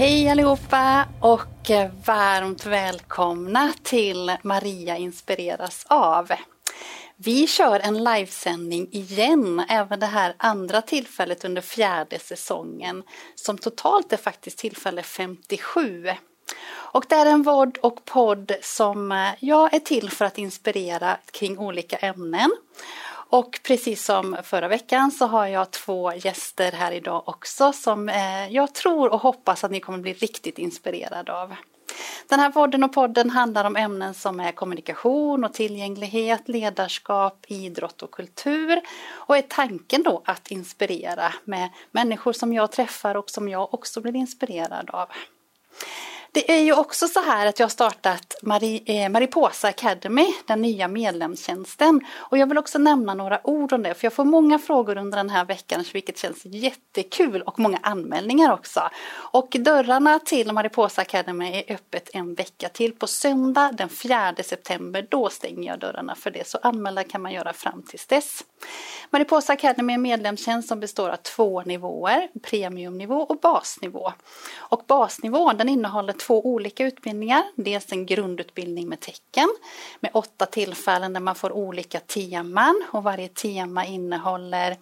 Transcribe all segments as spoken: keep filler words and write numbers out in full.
Hej allihopa och varmt välkomna till Maria inspireras av. Vi kör en livesändning igen, även det här andra tillfället under fjärde säsongen, som totalt är faktiskt tillfälle femtiosju. Och det är en vård och podd som jag är till för att inspirera kring olika ämnen. Och precis som förra veckan så har jag två gäster här idag också som jag tror och hoppas att ni kommer bli riktigt inspirerade av. Den här podden och podden handlar om ämnen som är kommunikation och tillgänglighet, ledarskap, idrott och kultur. Och är tanken då att inspirera med människor som jag träffar och som jag också blir inspirerad av. Det är ju också så här att jag har startat Mari, eh, Mariposa Academy, den nya medlemstjänsten. Och jag vill också nämna några ord om det, för jag får många frågor under den här veckan, vilket känns jättekul, och många anmälningar också. Och dörrarna till Mariposa Academy är öppet en vecka till. På söndag den fjärde september, då stänger jag dörrarna för det, så anmäla kan man göra fram tills dess. Mariposa Academy är en medlemstjänst som består av två nivåer, premiumnivå och basnivå. Och basnivån, den innehåller två olika utbildningar. Dels en grundutbildning med tecken med åtta tillfällen där man får olika teman, och varje tema innehåller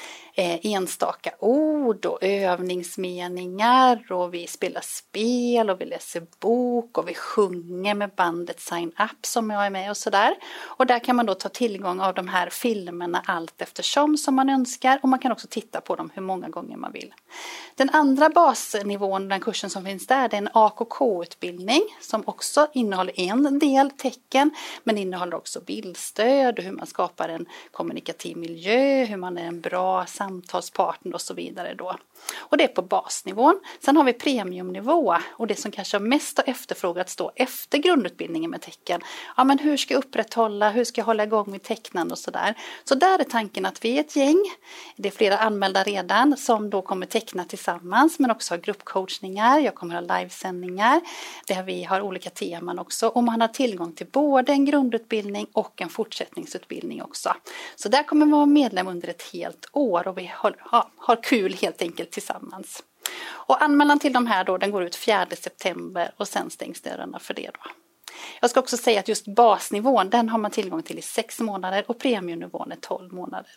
eh, enstaka ord och övningsmeningar, och vi spelar spel och vi läser bok och vi sjunger med bandet Sign Up som jag är med och sådär. Och där kan man då ta tillgång av de här filmerna allt eftersom som man önskar, och man kan också titta på dem hur många gånger man vill. Den andra basnivån, den kursen som finns där, det är en A K K-utbildning som också innehåller en del tecken, men innehåller också bildstöd och hur man skapar en kommunikativ miljö, hur man är en bra samtalspartner och så vidare då. Och det är på basnivån. Sen har vi premiumnivå, och det som kanske mest har efterfrågats då efter grundutbildningen med tecken. Ja, men hur ska jag upprätthålla, hur ska jag hålla igång med tecknande och sådär. Så där är tanken att vi är ett gäng, det är flera anmälda redan, som då kommer teckna tillsammans, men också ha gruppcoachningar. Jag kommer ha livesändningar där vi har olika teman också, och man har tillgång till både en grundutbildning och en fortsättningsutbildning också. Så där kommer man vara medlem under ett helt år, och vi har, ja, har kul helt enkelt tillsammans. Och anmälan till de här då, den går ut fjärde september, och sen stängs dörrarna för det då. Jag ska också säga att just basnivån, den har man tillgång till i sex månader, och premiumnivån är tolv månader.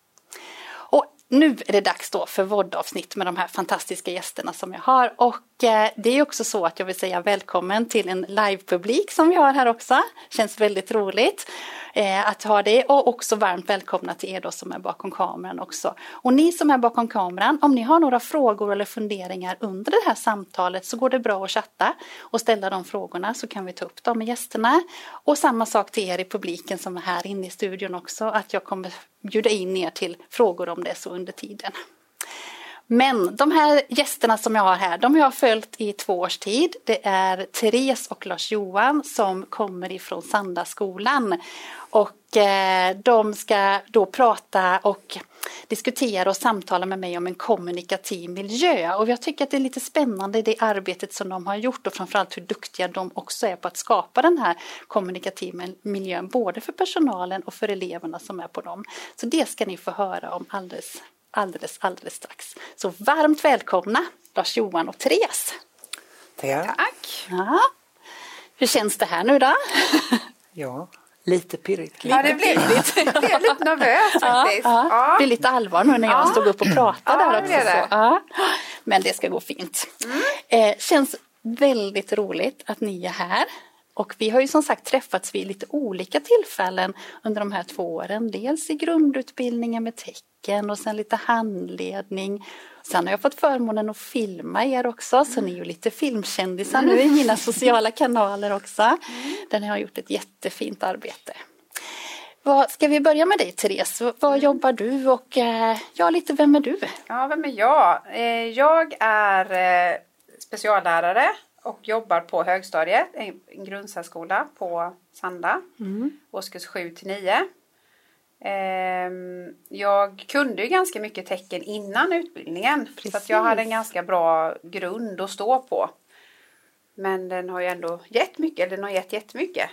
Och nu är det dags då för vårdavsnitt med de här fantastiska gästerna som jag har. Och eh, det är också så att jag vill säga välkommen till en livepublik som vi har här också. Känns väldigt roligt eh, att ha det. Och också varmt välkomna till er då som är bakom kameran också. Och ni som är bakom kameran, om ni har några frågor eller funderingar under det här samtalet, så går det bra att chatta och ställa de frågorna, så kan vi ta upp dem med gästerna. Och samma sak till er i publiken som är här inne i studion också, att jag kommer bjuda in er till frågor om det så under tiden. Men de här gästerna som jag har här, de har jag följt i två års tid. Det är Therese och Lars-Johan som kommer ifrån Sandaskolan. Och eh, de ska då prata och diskutera och samtala med mig om en kommunikativ miljö. Och jag tycker att det är lite spännande i det arbetet som de har gjort, och framförallt hur duktiga de också är på att skapa den här kommunikativa miljön, både för personalen och för eleverna som är på dem. Så det ska ni få höra om alldeles alldeles, alldeles strax. Så varmt välkomna Lars-Johan och Therese. Tack. Tack. Ja. Hur känns det här nu då? Ja, lite pirrigt. Ja, det blev lite, det blev lite nervöst faktiskt. Ja, ja. Ja. Det är lite allvar nu när jag Ja. stod upp och pratade Ja, där också. det är det. Så. Ja. Men det ska gå fint. Mm. Eh, känns väldigt roligt att ni är här. Och vi har ju som sagt träffats vid lite olika tillfällen under de här två åren. Dels i grundutbildningen med tecken och sen lite handledning. Sen har jag fått förmånen att filma er också, så ni är ju lite filmkändisar nu i mina sociala kanaler också. Där ni har gjort ett jättefint arbete. Vad, ska vi börja med dig Therese? Vad jobbar du och ja, lite vem är du? Ja, vem är jag? Eh, Jag är eh, speciallärare och jobbar på högstadiet, en grundsärskola på Sanda, mm. årskurs sju till nio. Jag kunde ju ganska mycket tecken innan utbildningen. Precis. Så att jag hade en ganska bra grund att stå på. Men den har ju ändå gett mycket, eller den har gett jättemycket.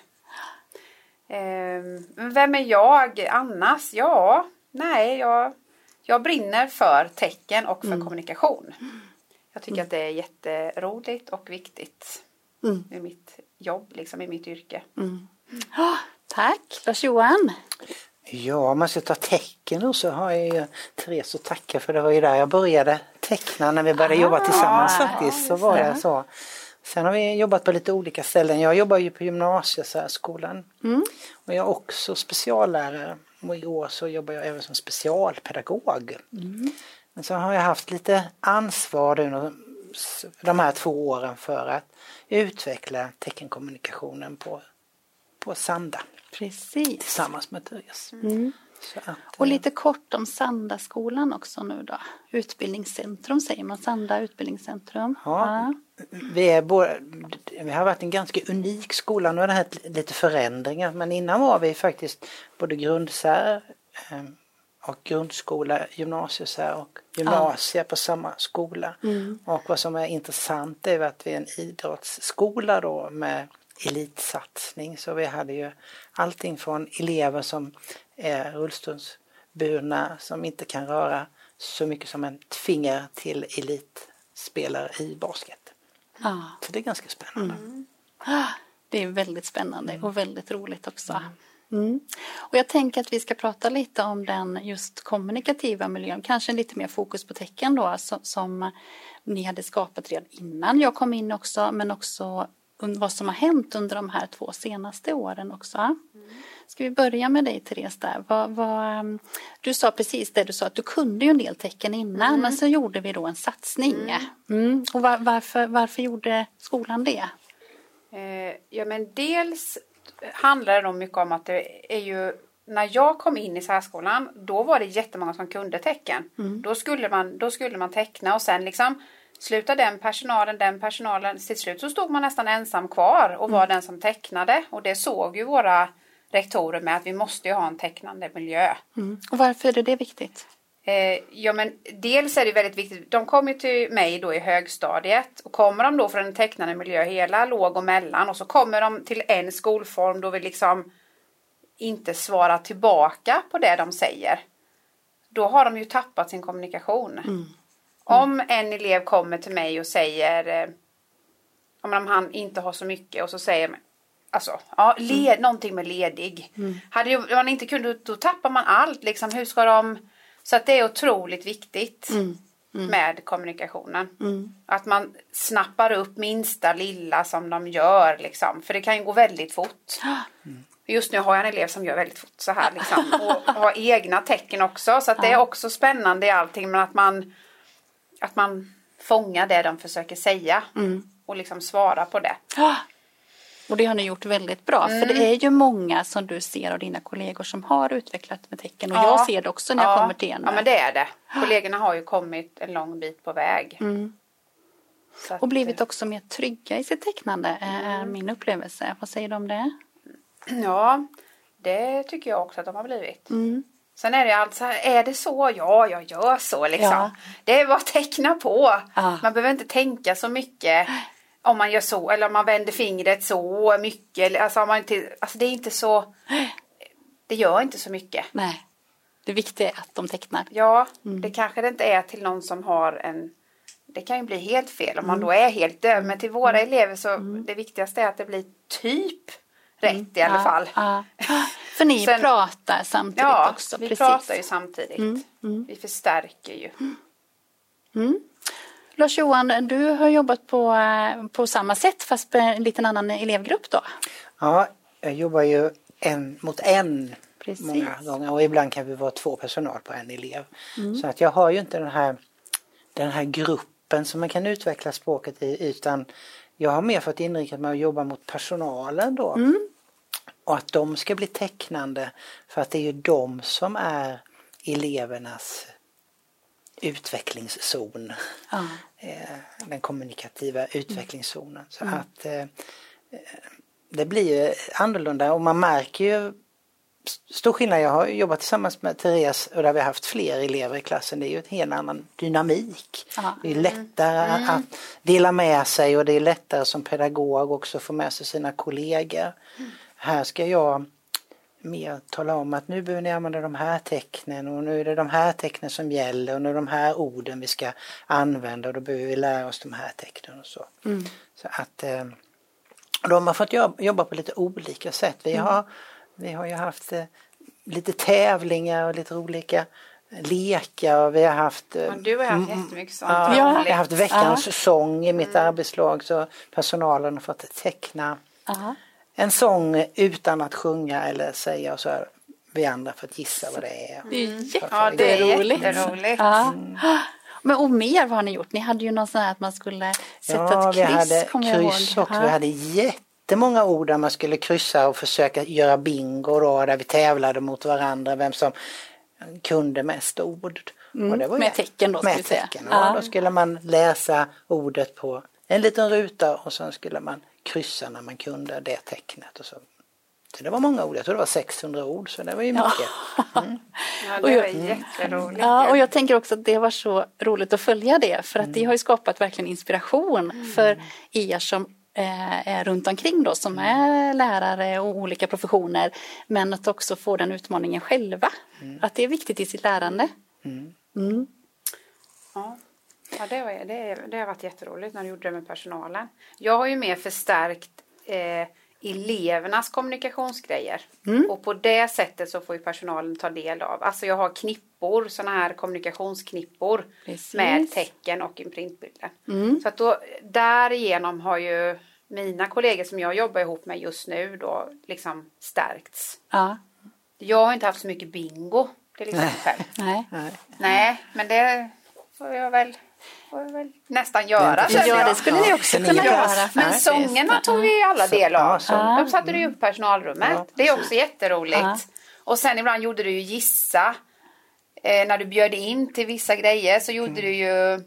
Vem är jag annars? Ja, nej, jag, jag brinner för tecken och för mm. kommunikation. Jag tycker mm. att det är jätteroligt och viktigt mm. i mitt jobb, liksom i mitt yrke. Mm. Oh, tack, Lars-Johan. Ja, om man ska ta tecken då så har jag ju Therese att tacka, för det var ju där jag började teckna när vi började ah, jobba tillsammans faktiskt. Så var det så. Sen har vi jobbat på lite olika ställen. Jag jobbar ju på gymnasieskolan mm. och jag är också speciallärare. Och i år så jobbar jag även som specialpedagog. Mm. Men så har jag haft lite ansvar under de här två åren för att utveckla teckenkommunikationen på, på Sanda. Precis. Tillsammans med Therese. Mm. Så att, och lite kort om Sandaskolan också nu då. Utbildningscentrum säger man. Sanda utbildningscentrum. Ja, ja. Vi, är både, vi har varit en ganska unik skola. Nu har det hänt lite förändringar. Men innan var vi faktiskt både grundsär och grundskola, gymnasiesär och gymnasie ja. på samma skola. Mm. Och vad som är intressant är att vi är en idrottsskola då med elitsatsning. Så vi hade ju allting från elever som är rullstolsburna, som inte kan röra så mycket som en finger, till elitspelare i basket. Ah. Så det är ganska spännande. Mm. Det är väldigt spännande mm. och väldigt roligt också. Mm. Och jag tänker att vi ska prata lite om den just kommunikativa miljön. Kanske lite mer fokus på tecken då, som, som ni hade skapat redan innan jag kom in också, men också vad som har hänt under de här två senaste åren också. Mm. Ska vi börja med dig, Therese, där? Vad, vad, du sa precis det, du sa att du kunde ju en del tecken innan, mm. men så gjorde vi då en satsning. Mm. Mm. Och var, varför, varför gjorde skolan det? Eh, ja, men dels handlar det mycket om att det är ju, när jag kom in i särskolan, då var det jättemånga som kunde tecken. Mm. Då skulle man, då skulle man teckna och sen liksom sluta den personalen, den personalen. Till slut så stod man nästan ensam kvar och var mm. den som tecknade. Och det såg ju våra rektorer med, att vi måste ju ha en tecknande miljö. Mm. Och varför är det viktigt? Eh, ja, men dels är det väldigt viktigt. De kommer ju till mig då i högstadiet. Och kommer de då från en tecknande miljö, hela låg och mellan. Och så kommer de till en skolform då vi liksom inte svarar tillbaka på det de säger. Då har de ju tappat sin kommunikation. Mm. Mm. Om en elev kommer till mig och säger eh, om han inte har så mycket och så säger man alltså, ja, led, mm. någonting med ledig. Mm. Hade ju, man inte kunde, då tappar man allt. Liksom, hur ska de... Så att det är otroligt viktigt mm. Mm. med kommunikationen. Mm. Att man snappar upp minsta lilla som de gör. Liksom. För det kan ju gå väldigt fort. Mm. Just nu har jag en elev som gör väldigt fort så här. Liksom, och har egna tecken också. Så att det är också spännande i allting. Men att man, att man fångar det de försöker säga. Mm. Och liksom svara på det. Och det har ni gjort väldigt bra. Mm. För det är ju många som du ser av dina kollegor som har utvecklat med tecken. Och ja. jag ser det också när jag ja. kommer till en. Ja, men det är det. Kollegorna har ju kommit en lång bit på väg. Mm. Att, och blivit också mer trygga i sitt tecknande är mm. min upplevelse. Vad säger du om det? Ja, det tycker jag också att de har blivit. Mm. Sen är det alltså, är det så? Ja, jag gör så liksom. Ja. Det är bara att teckna på. Ja. Man behöver inte tänka så mycket. Om man gör så, eller om man vänder fingret så mycket. Alltså, om man inte, alltså det är inte så... Det gör inte så mycket. Nej, det viktiga är att de tecknar. Ja, mm. det kanske det inte är till någon som har en... Det kan ju bli helt fel om mm. man då är helt döv. Men till våra mm. elever så mm. det viktigaste är att det blir typ rätt mm. i alla ja, fall. Ja. För ni Sen, pratar samtidigt ja, också. Ja, vi precis. pratar ju samtidigt. Mm. Mm. Vi förstärker ju. Mm. Lars-Johan, du har jobbat på, på samma sätt fast med en liten annan elevgrupp då? Ja, jag jobbar ju en mot en Precis. många gånger och ibland kan vi vara två personal på en elev. Mm. Så att jag har ju inte den här, den här gruppen som man kan utveckla språket i, utan jag har mer fått inriktat mig att jobba mot personalen då. Mm. Och att de ska bli tecknande, för att det är ju de som är elevernas utvecklingszon. Mm. Den kommunikativa utvecklingszonen. Så mm. att eh, det blir ju annorlunda och man märker ju stor skillnad. Jag har jobbat tillsammans med Therese och där vi har haft fler elever i klassen. Det är ju en helt annan dynamik. Mm. Det är lättare mm. att dela med sig och det är lättare som pedagog också få med sig sina kollegor. Mm. Här ska jag mer tala om att nu behöver ni använda de här tecknen och nu är det de här tecknen som gäller och nu är det de här orden vi ska använda och då behöver vi lära oss de här tecknen och så. Mm. Så att eh, de har fått jobba, jobba på lite olika sätt. Vi har, mm. vi har ju haft eh, lite tävlingar och lite olika lekar och vi har haft... Ja, du har haft jättemycket sånt. Ja, Ja. vi har haft veckans Ja. sång i mitt Mm. arbetslag så personalen har fått teckna Aha. en sång utan att sjunga eller säga och så har vi andra fått gissa vad det är. Det är Mm. Ja, det är jätteroligt. jätteroligt. Ja. Men och mer vad har ni gjort? Ni hade ju någon sån här att man skulle sätta Ja, ett vi kryss, hade kommer jag kryss ihåg. också. Ja. Vi hade jättemånga ord där man skulle kryssa och försöka göra bingo då, där vi tävlade mot varandra vem som kunde mest ord. Mm, och det var med ju, tecken då, ska med vi säga. tecken, ja. Ja. Då skulle man läsa ordet på en liten ruta och sen skulle man kryssa när man kunde det tecknet. Och så. Så det var många ord, jag tror det var sexhundra ord så det var ju mycket. Mm. Ja, Och det jag- var jätteroligt. Ja, och jag tänker också att det var så roligt att följa det för att det har ju skapat verkligen inspiration för er som eh, är runt omkring då som är lärare och olika professioner men att också få den utmaningen själva. Att det är viktigt i sitt lärande. Mm. Ja, ja det, var, det, det har varit jätteroligt när du gjorde det med personalen. Jag har ju mer förstärkt eh, elevernas kommunikationsgrejer. Mm. Och på det sättet så får ju personalen ta del av. Alltså jag har knippor, såna här kommunikationsknippor Precis. med tecken och imprintbilden. Mm. Så att då, därigenom har ju mina kollegor som jag jobbar ihop med just nu då liksom stärkts. Ja. Jag har inte haft så mycket bingo till exempel. Nej. Nej. Nej, men det får jag väl, får jag väl nästan göra. Det- känner Ja, jag. det skulle ni också Så ni kunna har- göra. Men faktiskt. sångerna tog vi alla Så- del ja, av. så- De satte du upp personalrummet. Ja, det är också jätteroligt. Ja. Och sen ibland gjorde du ju gissa. Eh, när du bjöd in till vissa grejer så gjorde du ju...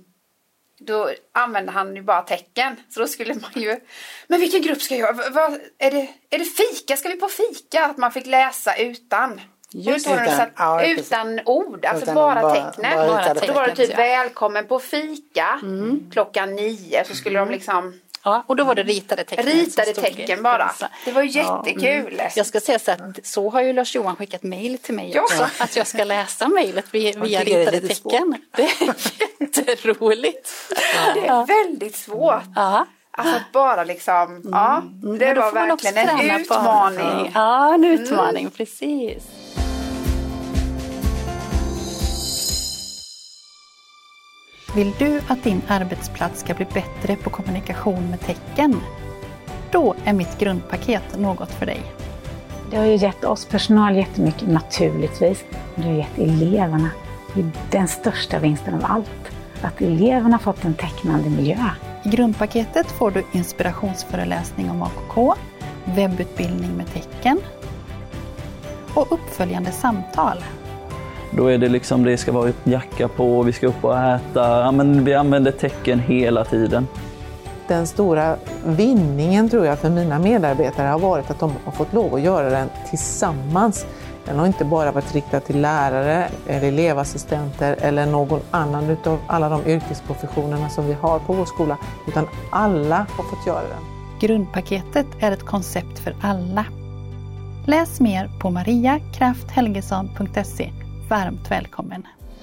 Då använde han ju bara tecken. Så då skulle man ju... Men vilken grupp ska jag... Vad, vad, är, det, är det fika? Ska vi på fika? Att man fick läsa utan... Just utan, utan- utan, ja, precis. utan ord. Alltså Utan bara, bara- tecknet. bara ritade Då var det tecknet, typ ja. välkommen på fika. Klockan nio så skulle de liksom... Ja, och då var det ritade tecken. Ritade som stod i. tecken bara. Det var ju Ja, jättekul. Jag ska säga så att så har ju Lars Johan skickat mejl till mig Ja. också. Att jag ska läsa mejlet via, Man via tycker det är ritade lite tecken. Det är jätteroligt. Det är väldigt svårt. Ja. Alltså att bara liksom, ja, det Men då var får man också verkligen en träna på- utmaning. Ja, en utmaning, precis. Vill du att din arbetsplats ska bli bättre på kommunikation med tecken? Då är mitt grundpaket något för dig. Det har ju gett oss personal jättemycket naturligtvis. Det har gett eleverna. Det är den största vinsten av allt. Att eleverna fått en tecknande miljö. I grundpaketet får du inspirationsföreläsning om A K K, webbutbildning med tecken och uppföljande samtal. Då är det liksom, det ska vara jacka på, vi ska upp och äta. Ja, men vi använder tecken hela tiden. Den stora vinningen tror jag för mina medarbetare har varit att de har fått lov att göra den tillsammans. Den har inte bara varit riktad till lärare eller elevassistenter eller någon annan utav alla de yrkesprofessionerna som vi har på vår skola, utan alla har fått göra den. Grundpaketet är ett koncept för alla. Läs mer på maria kraft helgesson punkt se. Varmt välkommen!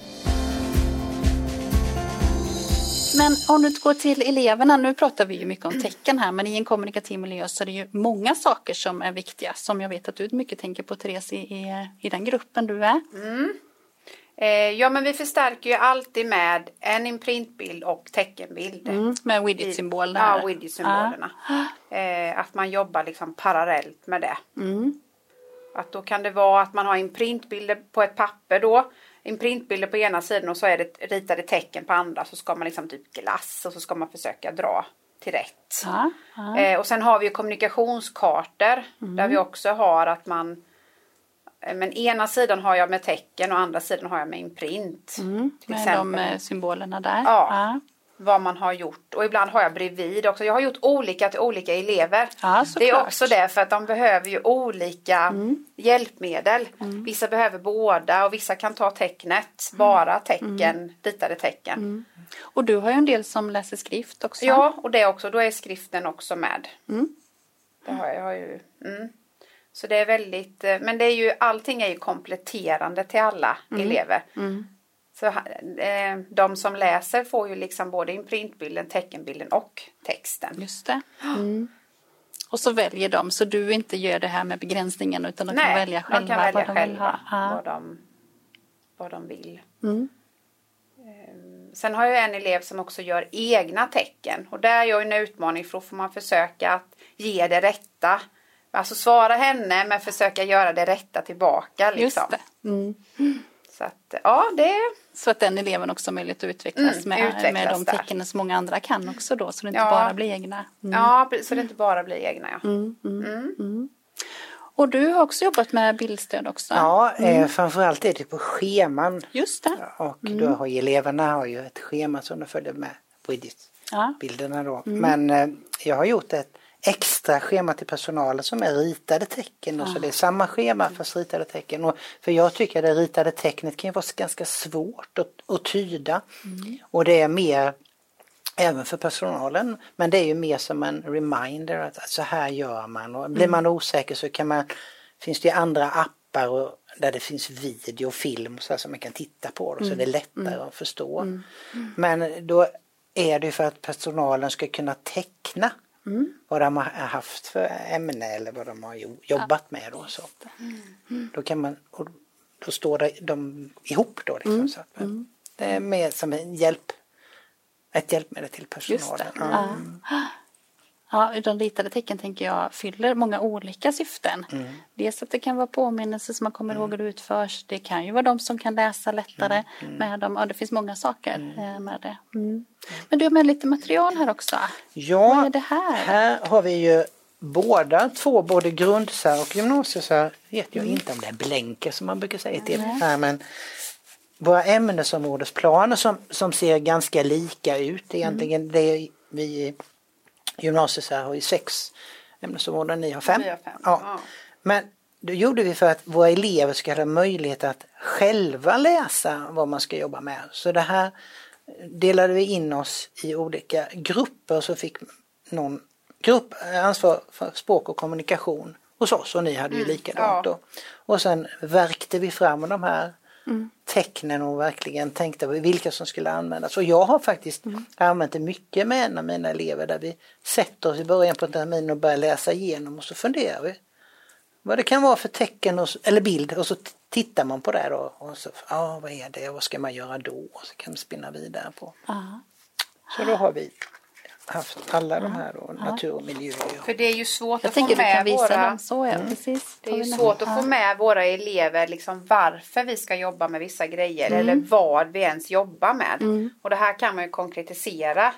Men om du går till eleverna, nu pratar vi ju mycket om tecken här, men i en kommunikativ miljö så är det ju många saker som är viktiga, som jag vet att du mycket tänker på, Therese, i, i, i den gruppen du är. Mm. Eh, ja, men vi förstärker ju alltid med en imprintbild och teckenbild. Mm, med widget-symbol Ja, där. widget-symbolerna. Eh, att man jobbar liksom parallellt med det. Mm. Att då kan det vara att man har imprintbilder på ett papper då. Imprintbilder på ena sidan och så är det ritade tecken på andra. Så ska man liksom typ glass och så ska man försöka dra till rätt. Ja, ja. Eh, och sen har vi ju kommunikationskartor. Mm. Där vi också har att man... eh, Men ena sidan har jag med tecken och andra sidan har jag med imprint. Mm, Till med exempel. de eh, symbolerna där. Ja. Ja. Vad man har gjort. Och ibland har jag bredvid också. Jag har gjort olika till olika elever. Ja, det är såklart. också det för att de behöver ju olika Mm. hjälpmedel. Vissa behöver båda och vissa kan ta tecknet. Bara tecken, ritade tecken. Mm. Och du har ju en del som läser skrift också. Ja, och det också. Då är skriften också med. Mm. Det har jag, jag har ju. Mm. Så det är väldigt, men det är ju, allting är ju kompletterande till alla mm. elever. Mm. Så eh, de som läser får ju liksom både imprintbilden, teckenbilden och texten. Just det. Mm. Och så väljer de, så du inte gör det här med begränsningen utan de Nej, kan välja själva. de kan välja vad de själva vill ha. vad, de, vad de vill. Mm. Sen har jag en elev som också gör egna tecken. Och där är jag en utmaning, för då får man försöka att ge det rätta. Alltså svara henne men försöka göra det rätta tillbaka. Liksom. Just det. Mm. Så att, ja, det... Så att den eleven också har möjlighet att utvecklas, mm, med, utvecklas med de tecken som många andra kan också då. Så det inte ja. bara blir egna. Mm. Ja, så det inte bara blir egna. Ja. Mm, mm, mm. Mm. Och du har också jobbat med bildstöd också. Ja, mm. eh, framförallt är det på scheman. Just det. Och mm. då har ju eleverna har ju ett schema som de följer med på ja. bilderna då. Mm. Men eh, jag har gjort ett extra schema till personalen som är ritade tecken. Och så det är samma schema fast ritade tecken. Och för jag tycker att det ritade tecknet kan ju vara ganska svårt att, att tyda. Mm. Och det är mer även för personalen. Men det är ju mer som en reminder att så här gör man. Och blir man osäker så kan man, finns det andra appar och, där det finns video och film så som man kan titta på. Då, mm. Så det är lättare mm. att förstå. Mm. Mm. Men då är det för att personalen ska kunna teckna mm. vad de har haft för ämne eller vad de har jobbat ja. med. Då, så. Mm. Då kan man, och då står det, de ihop då. Liksom, mm. så att, mm. det är mer som en hjälp. Ett hjälpmedel till personalen. Ja. Ja, de ritade tecken tänker jag fyller många olika syften. Mm. Dels att det kan vara påminnelser som man kommer mm. ihåg hur det utförs. Det kan ju vara de som kan läsa lättare mm. med dem. Ja, det finns många saker mm. med det. Mm. Men du har med lite material här också. Ja, vad är det här? Här har vi ju båda två, både grundsär och gymnasiesär. Vet jag mm. inte om det är blänker som man brukar säga till. Mm. Här, men våra ämnesområdesplaner som, som ser ganska lika ut egentligen. Mm. Det är vi i gymnasiet så här har ju sex ämnesområden, ni har fem. Vi har fem. Ja. Ja. Men det gjorde vi för att våra elever ska ha möjlighet att själva läsa vad man ska jobba med. Så det här delade vi in oss i olika grupper, så fick någon grupp ansvar för språk och kommunikation hos oss och ni hade ju mm. likadant då. Och sen verkte vi fram de här Mm. tecknen och verkligen tänkte på vilka som skulle användas. Och jag har faktiskt mm. använt det mycket med en av mina elever där vi sätter oss i början på terminen och börjar läsa igenom och så funderar vi vad det kan vara för tecken och, eller bild och så tittar man på det då och så, ja ah, vad är det och vad ska man göra då och så kan man spinna vidare på. Uh-huh. Så då har vi haft alla de här då, natur och miljö. För det är ju svårt jag att få med våra dem så, ja. mm. Precis. Det är ju svårt att få med våra elever liksom varför vi ska jobba med vissa grejer mm. eller vad vi ens jobbar med. Mm. Och det här kan man ju konkretisera.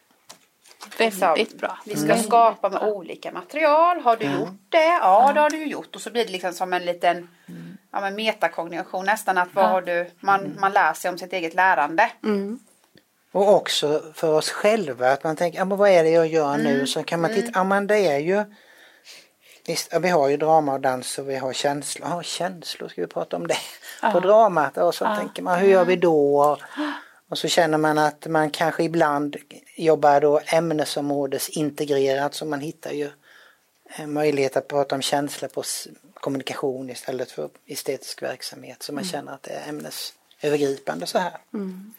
Väldigt liksom, bra. Vi ska mm. skapa med olika material. Har du mm. gjort det? Ja, mm. det har du gjort. Och så blir det liksom som en liten mm. ja, men metakognition nästan att vad mm. har du, man, mm. man lär sig om sitt eget lärande. Mm. Och också för oss själva att man tänker, ja men vad är det jag gör mm. nu? Så kan man titta, mm. ja men det är ju, visst, vi har ju drama och dans och vi har känslor. Ja, känslor, ska vi prata om det ja. på dramat? Och så ja. tänker man, hur gör vi då? Och, och så känner man att man kanske ibland jobbar då ämnesområdesintegrerat, så man hittar ju möjlighet att prata om känslor på kommunikation istället för estetisk verksamhet. Så man mm. känner att det är ämnesövergripande så här. Mm.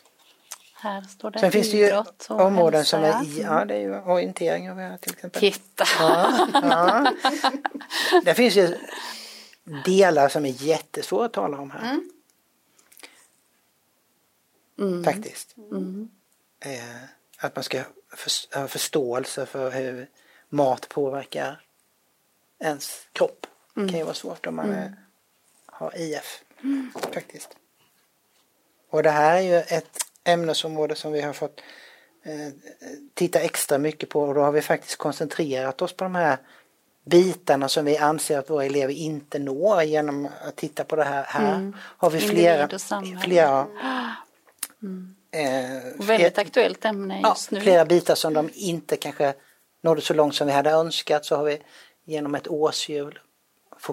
Här står det. Sen finns det ju områden hälsa. som är i, ja det är ju orientering av här till exempel. Titta. Ja, ja. Det finns ju delar som är jättesvåra att tala om här. Mm. Mm. Faktiskt. Mm. Eh, att man ska för, ha förståelse för hur mat påverkar ens kropp. Mm. Det kan ju vara svårt om man mm. är, har I F. Mm. Faktiskt. Och det här är ju ett ämnesområde som vi har fått eh, titta extra mycket på, och då har vi faktiskt koncentrerat oss på de här bitarna som vi anser att våra elever inte når genom att titta på det här. Här mm. har vi flera, flera mm. eh, väldigt aktuellt ämne just ja, nu. Flera bitar som de inte kanske nådde så långt som vi hade önskat, så har vi genom ett årshjul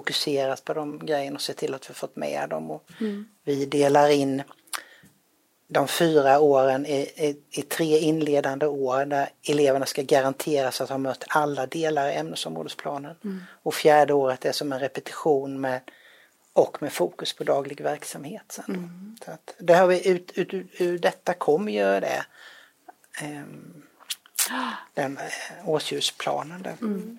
fokuserat på de grejerna och sett till att vi fått med dem, och mm. vi delar in de fyra åren är, är, är tre inledande år där eleverna ska garanteras att ha mött alla delar i ämnesområdesplanen. Mm. Och fjärde året är som en repetition med, och med fokus på daglig verksamhet. Sen. Mm. Så att det har vi ut, ut, ut, ur detta kommer ju det. Um, den uh, årsljusplanen där. Mm.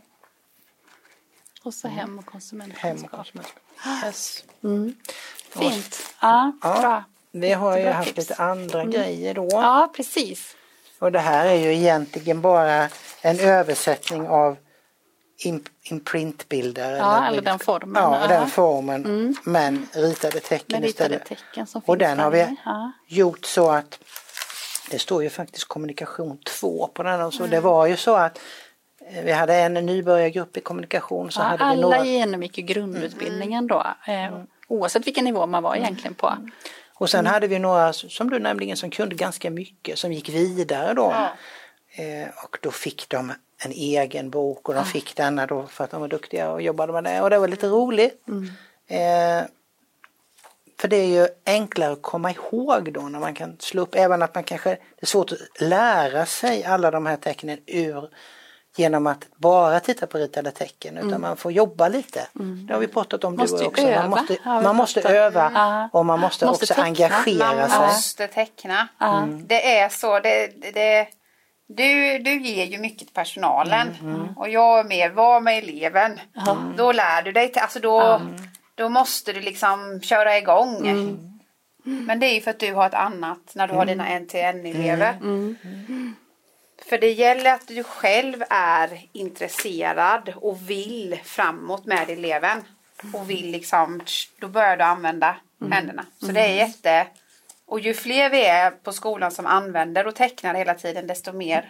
Och så hem- och konsumentkunskap. Hem- och konsumentkunskap. Yes. Mm. Fint. Ja, ja, bra. Vi har ju haft tips. lite andra mm. grejer då. Ja, precis. Och det här är ju egentligen bara en översättning av imp- imprintbilder. Ja, eller, eller den formen. Ja, ja. den formen. Mm. Men ritade tecken Med ritade istället. tecken som och finns den har vi där. Ja. gjort så att det står ju faktiskt kommunikation två på den. Och så mm. Det var ju så att vi hade en nybörjargrupp i kommunikation. Så ja, hade alla vi några... genomgick ju grundutbildningen då. Eh, oavsett vilken nivå man var egentligen på. Mm. Och sen mm. hade vi några som du nämligen som kunde ganska mycket. Som gick vidare då. Ja. Eh, och då fick de en egen bok. Och de ja. fick denna då för att de var duktiga och jobbade med det. Och det var lite roligt. Mm. Eh, för det är ju enklare att komma ihåg då när man kan slå upp. Även att man kanske, det är svårt att lära sig alla de här tecknen ur genom att bara titta på ritade tecken. Utan mm. man får jobba lite. Mm. Det har vi pratat om måste du också. Öva. Man måste, man måste öva mm. och man måste, måste också teckna. engagera man sig. Man måste teckna. Mm. Det är så. Det, det, du, du ger ju mycket till personalen. Mm. Mm. Och jag är med. Var med eleven. Mm. Då lär du dig. Alltså då, mm. då måste du liksom köra igång. Mm. Men det är ju för att du har ett annat. När du mm. har dina en till en-elever. Mm. Mm. För det gäller att du själv är intresserad och vill framåt med eleven. Och vill liksom, då börjar du använda mm. händerna. Så det är jätte... Och ju fler vi är på skolan som använder och tecknar hela tiden, desto mer.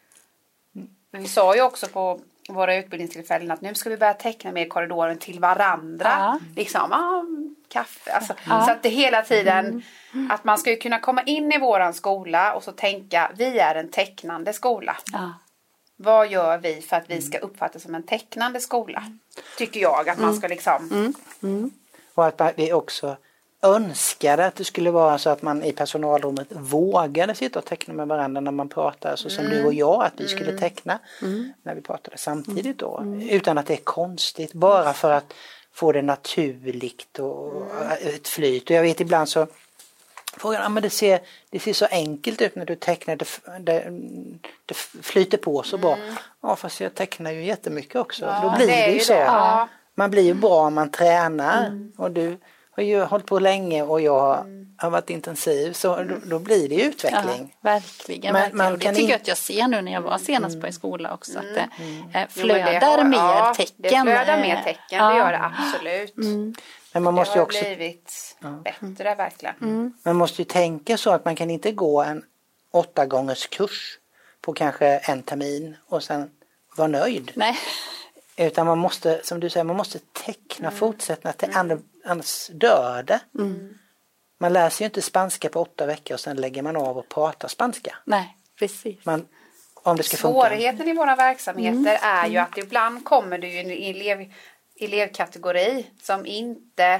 Men vi sa ju också på våra utbildningstillfällen att nu ska vi börja teckna mer i korridoren till varandra. Ja. Liksom, ah, kaffe. Alltså, ja. Så att det hela tiden, mm. att man ska ju kunna komma in i våran skola och så tänka, vi är en tecknande skola. Ja. Vad gör vi för att vi ska uppfattas som en tecknande skola? Tycker jag att man ska liksom... Mm. Mm. Och att vi också önskade att det skulle vara så att man i personalrummet vågade sitta och teckna med varandra när man pratar. Så som mm. du och jag, att vi skulle mm. teckna mm. när vi pratade samtidigt då. Mm. Utan att det är konstigt, bara för att få det naturligt och mm. ett flyt. Och jag vet ibland så frågar jag, men det ser, det ser så enkelt ut när du tecknar, det, det, det flyter på så bra. Mm. Ja, fast jag tecknar ju jättemycket också. Ja, då blir det, det ju så. Det. Ja. Man blir ju bra om man tränar. Mm. Och du har ju hållit på länge och jag mm. har varit intensiv. Så då, då blir det ju utveckling. Ja, verkligen. Men, verkligen. Man det tycker jag att jag ser nu när jag var senast mm. på i skola också. Att det mm. flödar jo, det har, mer ja, tecken. Det flödar mer tecken, ja. Det gör det absolut. Mm. Men man måste det har också blivit ja. bättre verkligen. Mm. Man måste ju tänka så att man kan inte gå en åtta gångers kurs på kanske en termin och sen vara nöjd. Nej. Utan man måste, som du säger, man måste teckna mm. fortsättningar till mm. annars dör det. Mm. Man lär sig ju inte spanska på åtta veckor och sen lägger man av och pratar spanska. Nej, precis. Man, om det ska Svårigheten funka. i våra verksamheter mm. är ju att ibland kommer det ju en elev, elevkategori som inte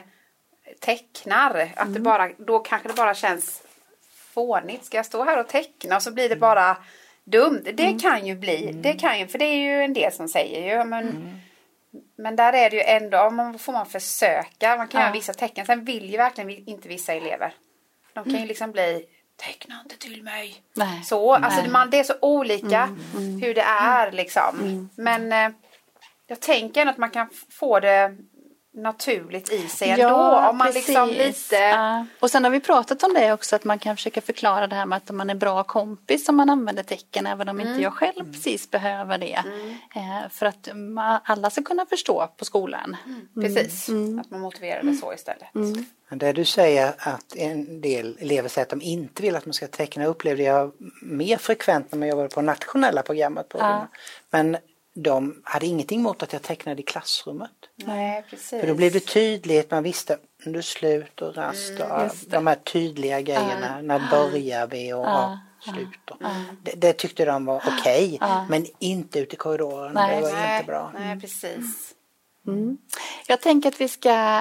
tecknar. Att mm. det bara, då kanske det bara känns fånigt. Ska jag stå här och teckna? Och så blir det bara dumt. Det mm. kan ju bli. Mm. Det kan ju, för det är ju en del som säger ju. Men, mm. men där är det ju ändå, man får man försöka. Man kan ja. göra vissa tecken. Sen vill ju verkligen inte vissa elever. De kan mm. ju liksom bli, teckna inte till mig. Nej. Så, alltså Nej. man, det är så olika mm. Mm. hur det är liksom. Mm. Men eh, jag tänker att man kan få det naturligt i sig ändå. Ja, om man precis. liksom lite... Ja. Och sen har vi pratat om det också, att man kan försöka förklara det här med att man är bra kompis om man använder tecken, även om mm. inte jag själv mm. precis behöver det. Mm. Eh, för att man, alla ska kunna förstå på skolan. Mm. Precis, mm. att man motiverar det så istället. Mm. Det du säger att en del elever säger att de inte vill att man ska teckna, upplevde jag mer frekvent när man jobbade på nationella programmet. På ja. Men de hade ingenting mot att jag tecknade i klassrummet. Nej, precis. För då blev det tydligt, man visste nu slut och rast och mm, de här tydliga grejerna. Uh, när börjar vi och uh, slut. Och. Uh, det, det tyckte de var okej, okay, uh, men inte ute i korridoren. Nej, det var nej, inte bra. Nej, precis. Mm. Jag tänker att vi ska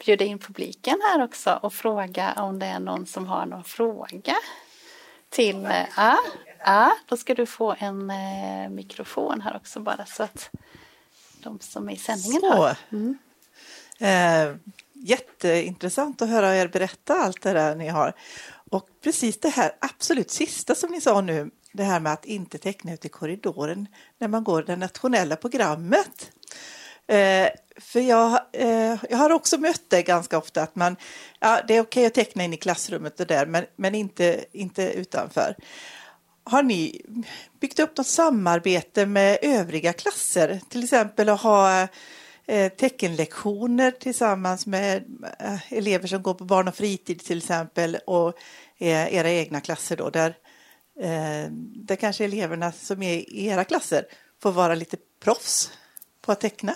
bjuda in publiken här också och fråga om det är någon som har någon fråga till. Ja, ja, då ska du få en eh, mikrofon här också bara så att de som är i sändningen så. hör. Mm. Eh, jätteintressant att höra er berätta allt det där ni har. Och precis det här absolut sista som ni sa nu, det här med att inte teckna ut i korridoren när man går det nationella programmet. Eh, för jag, eh, jag har också mött det ganska ofta att man, ja, det är okej att teckna in i klassrummet och där, men, men inte, inte utanför. Har ni byggt upp något samarbete med övriga klasser? Till exempel att ha eh, teckenlektioner tillsammans med eh, elever som går på barn och fritid till exempel och eh, era egna klasser då, där, eh, där kanske eleverna som är i era klasser får vara lite proffs på att teckna.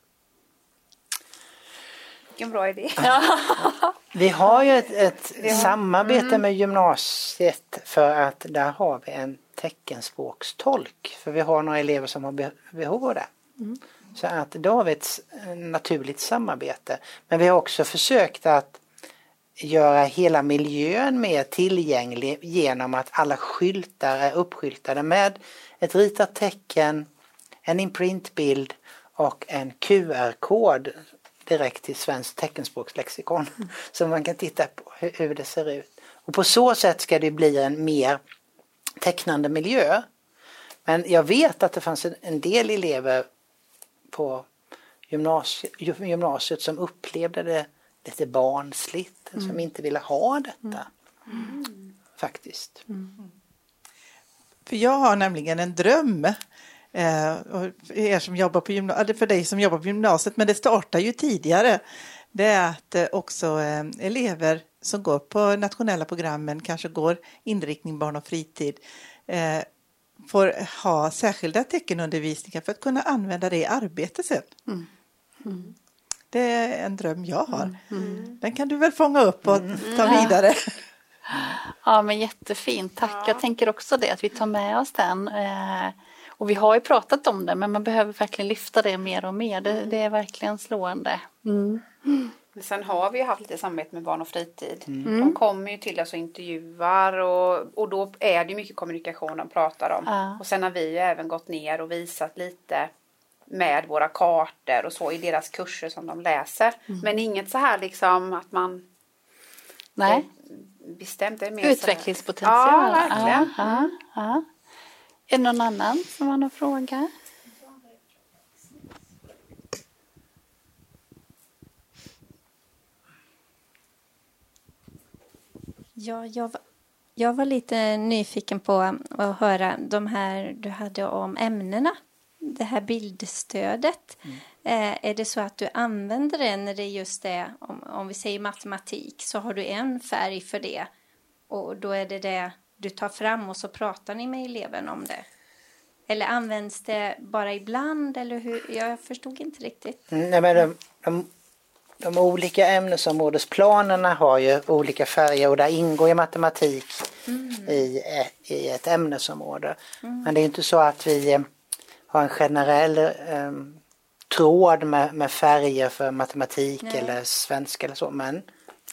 Vilken bra idé. Vi har ju ett, ett har, samarbete mm. med gymnasiet för att där har vi en teckenspråkstolk. För vi har några elever som har behov av det. Mm. Så att då har vi ett naturligt samarbete. Men vi har också försökt att göra hela miljön mer tillgänglig genom att alla skyltar är uppskyltade med ett ritat tecken, en imprintbild och en Q R-kod direkt till Svensk teckenspråkslexikon. Mm. Så man kan titta på hur, hur det ser ut. Och på så sätt ska det bli en mer tecknande miljö. Men jag vet att det fanns en, en del elever på gymnasiet, gymnasiet som upplevde det lite barnsligt. Mm. Som inte ville ha detta. Mm. Faktiskt. Mm. För jag har nämligen en dröm. Eh, och för er som jobbar på gymnasiet, för dig som jobbar på gymnasiet, men det startar ju tidigare. Det är att eh, också eh, elever som går på nationella programmen, kanske går inriktning barn och fritid, eh, får ha särskilda teckenundervisningar för att kunna använda det i arbetet sen. Mm. Mm. Det är en dröm jag har. Mm. Den kan du väl fånga upp och mm. ta vidare. Ja, men jättefint. Tack. Ja. Jag tänker också det, att vi tar med oss den. Eh, och vi har ju pratat om det, men man behöver verkligen lyfta det mer och mer. Det, det är verkligen slående. Mm. Mm. Men sen har vi ju haft lite samarbete med barn och fritid. Mm. De kommer ju till oss och intervjuar och, och då är det mycket kommunikation de pratar om. Ja. Och sen har vi ju även gått ner och visat lite med våra kartor och så i deras kurser som de läser. Mm. Men inget så här liksom att man... Nej. Bestämt det mer utvecklingspotential. Ja, verkligen. Ja, ja, ja. Är det någon annan som har någon fråga? Ja, jag, var, jag var lite nyfiken på att höra de här du hade om ämnena. Det här bildstödet. Mm. Eh, är det så att du använder det när det just är, om, om vi säger matematik, så har du en färg för det. Och då är det det du tar fram och så pratar ni med eleven om det. Eller används det bara ibland? Eller hur? Jag förstod inte riktigt. Nej, men de, de, de olika ämnesområdesplanerna har ju olika färger och där ingår ju matematik mm. i, i ett ämnesområde. Mm. Men det är inte så att vi har en generell eh, tråd med, med färger för matematik Nej. eller svenska eller så. Men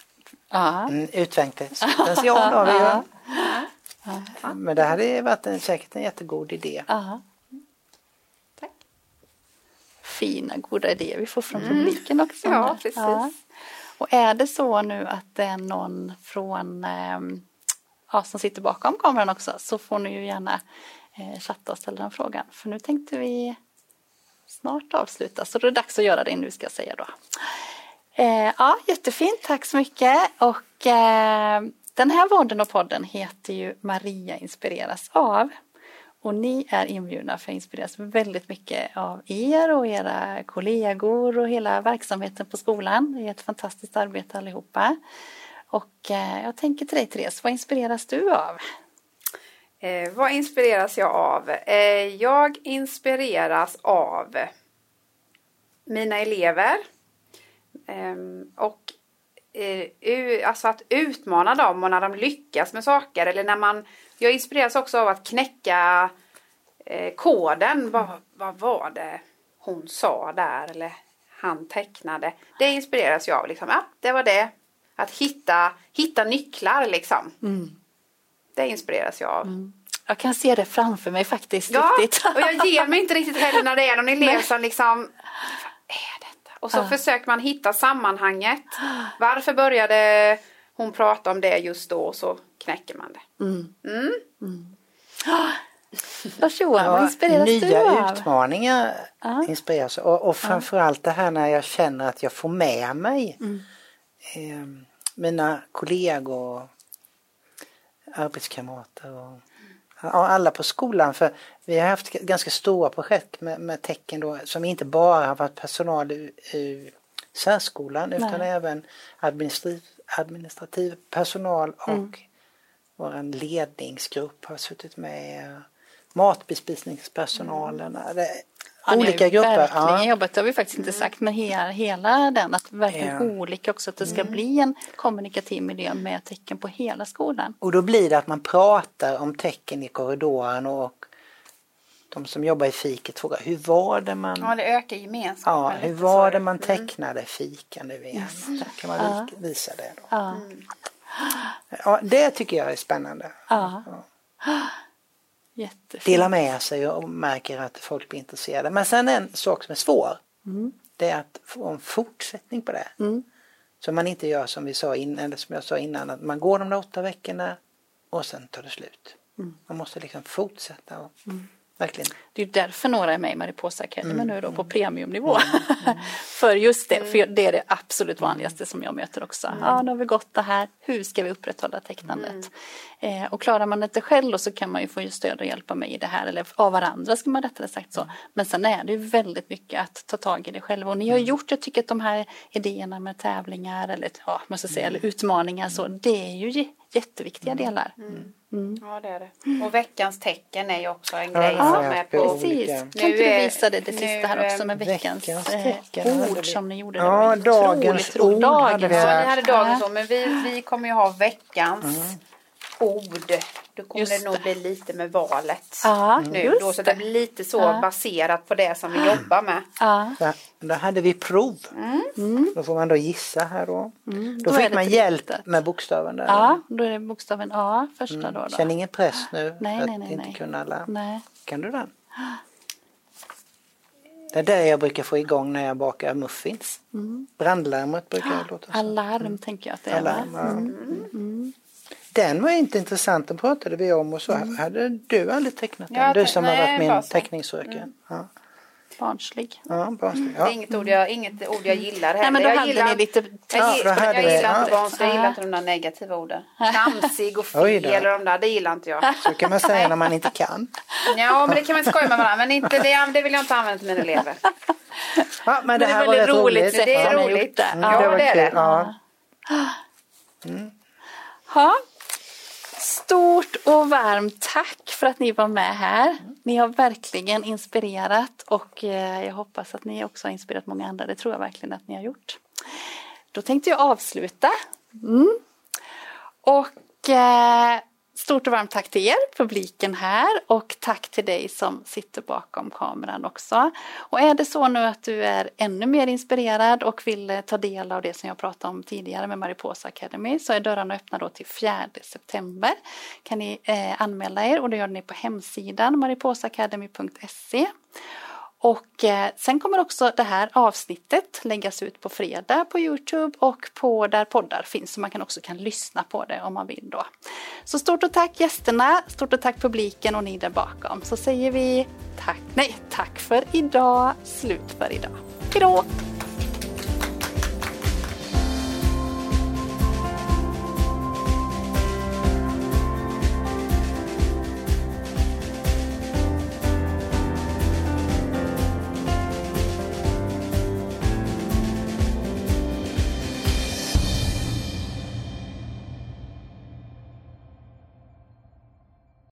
mm, utvecklingspotential har vi ju. Ja. Men det hade varit en, säkert en jättegod idé. Aha. Tack. Fina, goda idéer vi får från mm. publiken också. Ja, precis. Ja. Och är det så nu att det är någon från, eh, ja, som sitter bakom kameran också, så får ni ju gärna eh, chatta och ställa den frågan. För nu tänkte vi snart avsluta, så det är dags att göra det nu, ska jag säga då. Eh, ja, jättefint. Tack så mycket. Och... Eh, Den här podden och podden heter ju Maria inspireras av. Och ni är inbjudna för att inspireras väldigt mycket av er och era kollegor och hela verksamheten på skolan. Det är ett fantastiskt arbete allihopa. Och eh, jag tänker till dig, Therese, vad inspireras du av? Eh, vad inspireras jag av? Eh, jag inspireras av mina elever. Eh, och alltså att utmana dem och när de lyckas med saker, eller när man, jag inspireras också av att knäcka eh, koden. Vad, vad var det hon sa där, eller han tecknade. Det inspireras jag av. Liksom. Ja, det var det. Att hitta, hitta nycklar liksom. Mm. Det inspireras jag av. Mm. Jag kan se det framför mig faktiskt. Ja, riktigt. och jag ger mig inte riktigt heller när det är någon elev som liksom, vad är detta? Och så uh. försöker man hitta sammanhanget. Varför började hon prata om det just då? Och så knäcker man det. Mm. Mm. Mm. Lars-Johan, vad inspireras nya du av? Nya utmaningar uh. inspireras. Och, och framförallt det här när jag känner att jag får med mig mm. eh, mina kollegor, arbetskamrater och alla på skolan, för vi har haft ganska stora projekt med, med tecken då, som inte bara har varit personal i, i särskolan utan Nej. även administrativ, administrativ personal och mm. vår ledningsgrupp har suttit med, matbespisningspersonalen. Mm. Det, ja, olika ni grupper. Verkligen ja. jobbat, det har vi faktiskt inte sagt, men hela, hela den, att verkligen ja. olika också, att det ska mm. bli en kommunikativ miljö med tecken på hela skolan. Och då blir det att man pratar om tecken i korridoren och de som jobbar i fiket frågar, hur var det man... Ja, det ökar gemenskapen. Ja, hur var det man tecknade fikan nu igen? Mm. Kan man ja. visa det då? Ja. Mm. Ja, det tycker jag är spännande. Ja. Ja. Jättefint. Dela med sig och märker att folk blir intresserade. Men sen en sak som är svår. Mm. Det är att få en fortsättning på det. Mm. Så man inte gör som vi sa innan, eller som jag sa innan, att man går de där åtta veckorna och sen tar det slut. Mm. Man måste liksom fortsätta och mm. verkligen. Det är ju därför några är med i Mariposa Academy mm. nu då på premiumnivå. Mm. Mm. För just det, för det är det absolut vanligaste som jag möter också. Mm. Ja, nu har vi gått det här. Hur ska vi upprätthålla tecknandet? Mm. Eh, och klarar man inte själv då, så kan man ju få stöd och hjälp av mig i det här. Eller av varandra ska man rättare sagt så. Mm. Men sen är det ju väldigt mycket att ta tag i det själv. Och ni har gjort, jag tycker att de här idéerna med tävlingar eller, ja, man ska säga, eller utmaningar så, det är ju jätteviktiga mm. delar. Mm. Mm. Ja, det är det. Och veckans tecken är ju också en grej ja, som är på... Precis. Kan inte du visa det, det sista nu, här också med veckans, veckans eh, ord som ni gjorde? Ja, dagens ord. ord dagens. Hade vi ja, ni hade dagens ord, men vi, vi kommer ju ha veckans mm. ord. Då kommer just det nog bli lite med valet ja, nu. Då, så det blir lite så ja. baserat på det som vi jobbar med. Ja. Så, då hade vi prov. Mm. Mm. Då får man då gissa här då. Mm. Då, då fick man hjälp litet. med bokstaven där. Ja, då är det bokstaven A första mm. då, då. Känn ingen press nu nej, att nej, nej, inte nej. kunna alla. Nej. Kan du den? Det är det jag brukar få igång när jag bakar muffins. Mm. Brandlarmet brukar jag låta så. Alarm mm. tänker jag att det är. Alarm, ja. mm. Mm. Den var inte intressant, den pratade vi om och så. Mm. Hade du aldrig tecknat den? Ja, du som nej, har varit min teckningssökare. Mm. Ja. Barnslig. Ja, barnslig. Ja. Det är inget ord jag, inget ord jag gillar heller. Nej, men då jag hade gillar, ni lite... Jag, jag, jag, jag gillar inte barnslig, jag gillar inte de där negativa orden. Tramsig och fel eller de där, det gillar inte jag. Så kan man säga när man inte kan. Ja, men det kan man skoja med varandra. Men inte, det, det vill jag inte använda till mina elever. Ja, men det här men det var rätt roligt. roligt. Det är ja, roligt. Det. Mm, ja, det var det är kul. det. Ja. Mm. Ha. Stort och varmt tack för att ni var med här. Ni har verkligen inspirerat och jag hoppas att ni också har inspirerat många andra. Det tror jag verkligen att ni har gjort. Då tänkte jag avsluta. Mm. Och eh, stort och varmt tack till er, publiken här, och tack till dig som sitter bakom kameran också. Och är det så nu att du är ännu mer inspirerad och vill ta del av det som jag pratade om tidigare med Mariposa Academy, så är dörrarna öppna då till fjärde september. Kan ni eh, anmäla er, och det gör ni på hemsidan mariposa academy punkt se. Och eh, sen kommer också det här avsnittet läggas ut på fredag på YouTube och på där poddar finns, så man kan också kan lyssna på det om man vill då. Så stort och tack gästerna, stort och tack publiken och ni där bakom. Så säger vi tack, nej tack för idag, slut för idag. Hej då!